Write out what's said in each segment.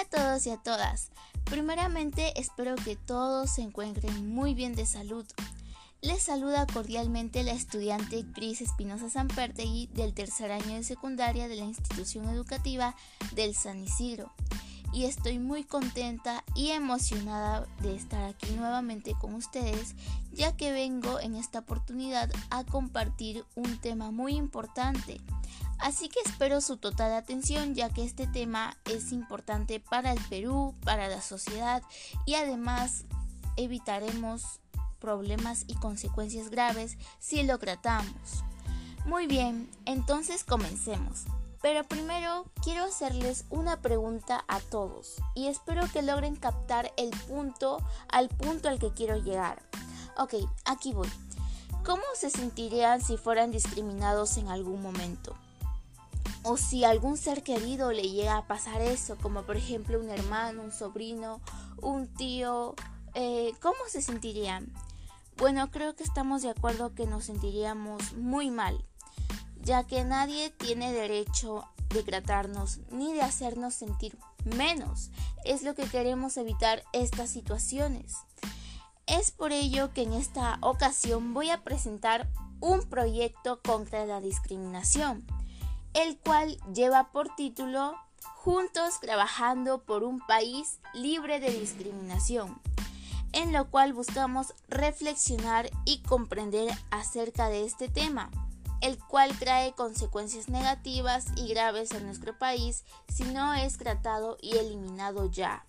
todos y a todas. Primeramente, espero que todos se encuentren muy bien de salud. Les saluda cordialmente la estudiante Cris Espinosa Sampertegui del tercer año de secundaria de la institución educativa del San Isidro. Y estoy muy contenta y emocionada de estar aquí nuevamente con ustedes, ya que vengo en esta oportunidad a compartir un tema muy importante. Así que espero su total atención, ya que este tema es importante para el Perú, para la sociedad y además evitaremos problemas y consecuencias graves si lo tratamos. Muy bien, entonces comencemos. Pero primero quiero hacerles una pregunta a todos y espero que logren captar el punto al que quiero llegar. Ok, aquí voy. ¿Cómo se sentirían si fueran discriminados en algún momento? O si a algún ser querido le llega a pasar eso, como por ejemplo un hermano, un sobrino, un tío, ¿cómo se sentirían? Bueno, creo que estamos de acuerdo que nos sentiríamos muy mal, ya que nadie tiene derecho de tratarnos ni de hacernos sentir menos. Es lo que queremos evitar estas situaciones. Es por ello que en esta ocasión voy a presentar un proyecto contra la discriminación, el cual lleva por título Juntos trabajando por un país libre de discriminación, en lo cual buscamos reflexionar y comprender acerca de este tema, el cual trae consecuencias negativas y graves en nuestro país si no es tratado y eliminado ya.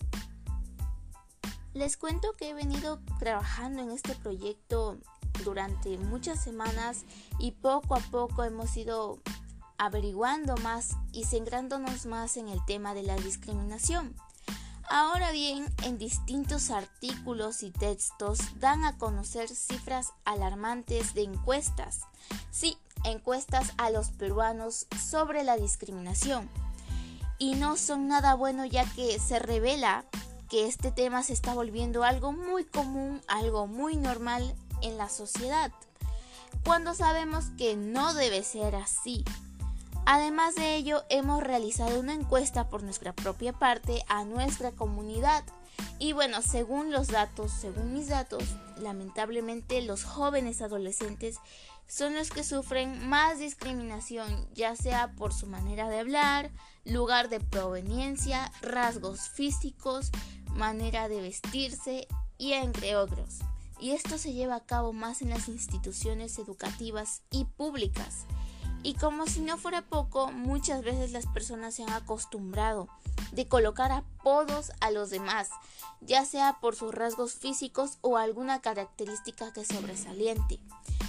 Les cuento que he venido trabajando en este proyecto durante muchas semanas y poco a poco hemos ido averiguando más y centrándonos más en el tema de la discriminación. Ahora bien, en distintos artículos y textos dan a conocer cifras alarmantes de encuestas. Sí, encuestas a los peruanos sobre la discriminación. Y no son nada bueno, ya que se revela que este tema se está volviendo algo muy común, algo muy normal en la sociedad, cuando sabemos que no debe ser así. Además de ello, hemos realizado una encuesta por nuestra propia parte a nuestra comunidad. Y bueno, según mis datos, lamentablemente los jóvenes adolescentes son los que sufren más discriminación, ya sea por su manera de hablar, lugar de proveniencia, rasgos físicos, manera de vestirse y entre otros. Y esto se lleva a cabo más en las instituciones educativas y públicas. Y como si no fuera poco, muchas veces las personas se han acostumbrado de colocar apodos a los demás, ya sea por sus rasgos físicos o alguna característica que sobresaliente.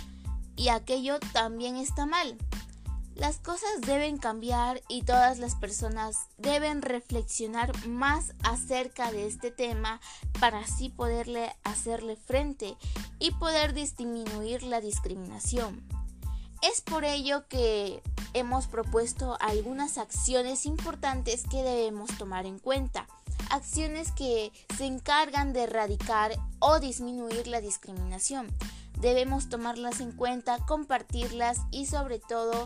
Y aquello también está mal. Las cosas deben cambiar y todas las personas deben reflexionar más acerca de este tema para así hacerle frente y poder disminuir la discriminación. Es por ello que hemos propuesto algunas acciones importantes que debemos tomar en cuenta. Acciones que se encargan de erradicar o disminuir la discriminación. Debemos tomarlas en cuenta, compartirlas y sobre todo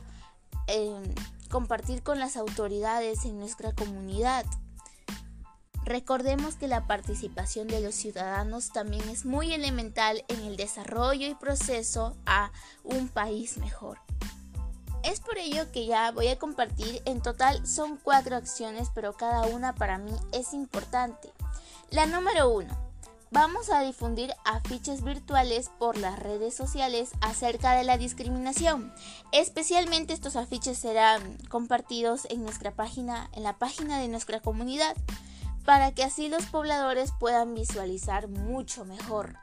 compartir con las autoridades en nuestra comunidad. Recordemos que la participación de los ciudadanos también es muy elemental en el desarrollo y proceso a un país mejor. Es por ello que ya voy a compartir, en total son 4 acciones, pero cada una para mí es importante. La número 1. Vamos a difundir afiches virtuales por las redes sociales acerca de la discriminación. Especialmente estos afiches serán compartidos en la página de nuestra comunidad, para que así los pobladores puedan visualizar mucho mejor.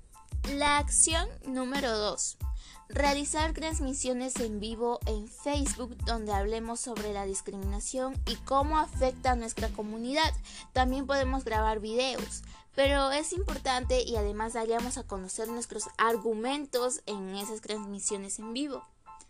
La acción número 2. Realizar transmisiones en vivo en Facebook donde hablemos sobre la discriminación y cómo afecta a nuestra comunidad. También podemos grabar videos, pero es importante y además daríamos a conocer nuestros argumentos en esas transmisiones en vivo.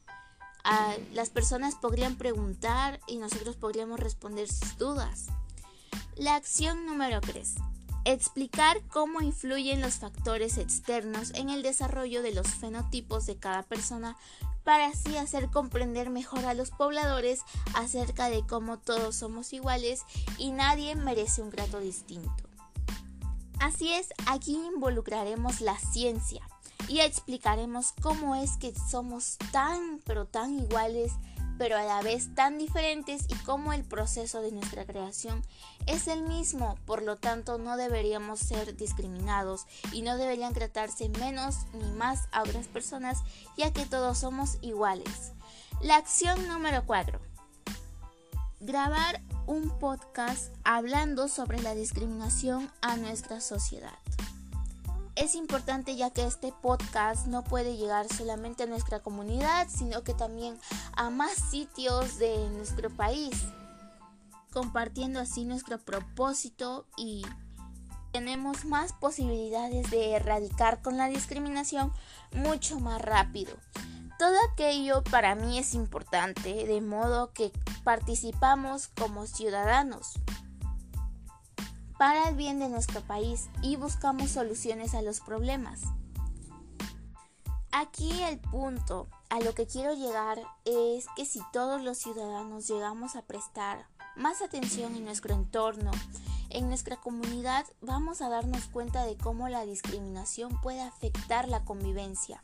Las personas podrían preguntar y nosotros podríamos responder sus dudas. La acción número 3. Explicar cómo influyen los factores externos en el desarrollo de los fenotipos de cada persona para así hacer comprender mejor a los pobladores acerca de cómo todos somos iguales y nadie merece un trato distinto. Así es, aquí involucraremos la ciencia y explicaremos cómo es que somos tan iguales, pero a la vez tan diferentes, y cómo el proceso de nuestra creación es el mismo, por lo tanto no deberíamos ser discriminados y no deberían tratarse menos ni más a otras personas, ya que todos somos iguales. La acción número 4. Grabar un podcast hablando sobre la discriminación a nuestra sociedad. Es importante, ya que este podcast no puede llegar solamente a nuestra comunidad, sino que también a más sitios de nuestro país, compartiendo así nuestro propósito, y tenemos más posibilidades de erradicar con la discriminación mucho más rápido. Todo aquello para mí es importante, de modo que participamos como ciudadanos para el bien de nuestro país y buscamos soluciones a los problemas. Aquí el punto a lo que quiero llegar es que si todos los ciudadanos llegamos a prestar más atención en nuestro entorno, en nuestra comunidad, vamos a darnos cuenta de cómo la discriminación puede afectar la convivencia.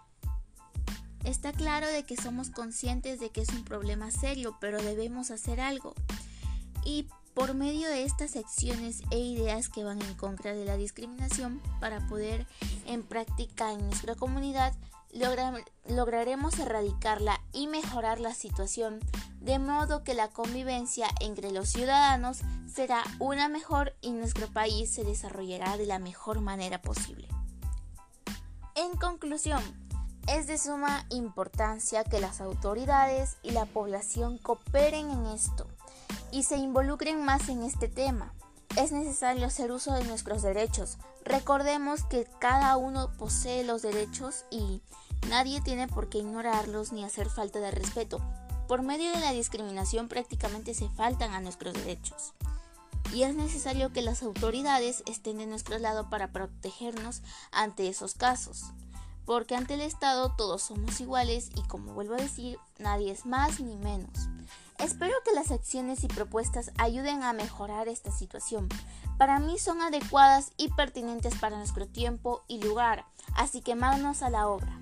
Está claro de que somos conscientes de que es un problema serio, pero debemos hacer algo. Y por medio de estas acciones e ideas que van en contra de la discriminación, para poder en práctica en nuestra comunidad, lograremos erradicarla y mejorar la situación, de modo que la convivencia entre los ciudadanos será una mejor y nuestro país se desarrollará de la mejor manera posible. En conclusión, es de suma importancia que las autoridades y la población cooperen en esto y se involucren más en este tema. Es necesario hacer uso de nuestros derechos. Recordemos que cada uno posee los derechos y nadie tiene por qué ignorarlos ni hacer falta de respeto. Por medio de la discriminación prácticamente se faltan a nuestros derechos. Y es necesario que las autoridades estén de nuestro lado para protegernos ante esos casos. Porque ante el Estado todos somos iguales y, como vuelvo a decir, nadie es más ni menos. Espero que las acciones y propuestas ayuden a mejorar esta situación. Para mí son adecuadas y pertinentes para nuestro tiempo y lugar, así que manos a la obra.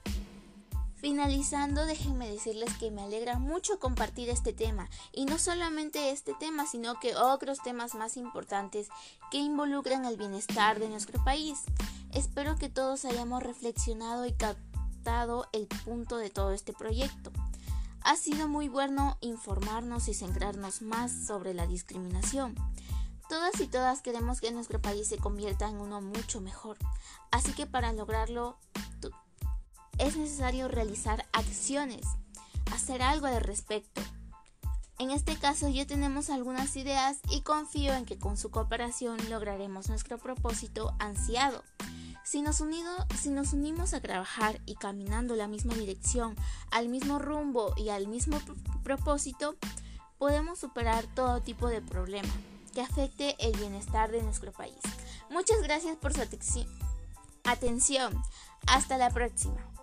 Finalizando, déjenme decirles que me alegra mucho compartir este tema, y no solamente este tema, sino que otros temas más importantes que involucran el bienestar de nuestro país. Espero que todos hayamos reflexionado y captado el punto de todo este proyecto. Ha sido muy bueno informarnos y centrarnos más sobre la discriminación. Todas y todas queremos que nuestro país se convierta en uno mucho mejor, así que para lograrlo es necesario realizar acciones, hacer algo al respecto. En este caso ya tenemos algunas ideas y confío en que con su cooperación lograremos nuestro propósito ansiado. Si nos unimos a trabajar y caminando la misma dirección, al mismo rumbo y al mismo propósito, podemos superar todo tipo de problema que afecte el bienestar de nuestro país. Muchas gracias por su atención. Hasta la próxima.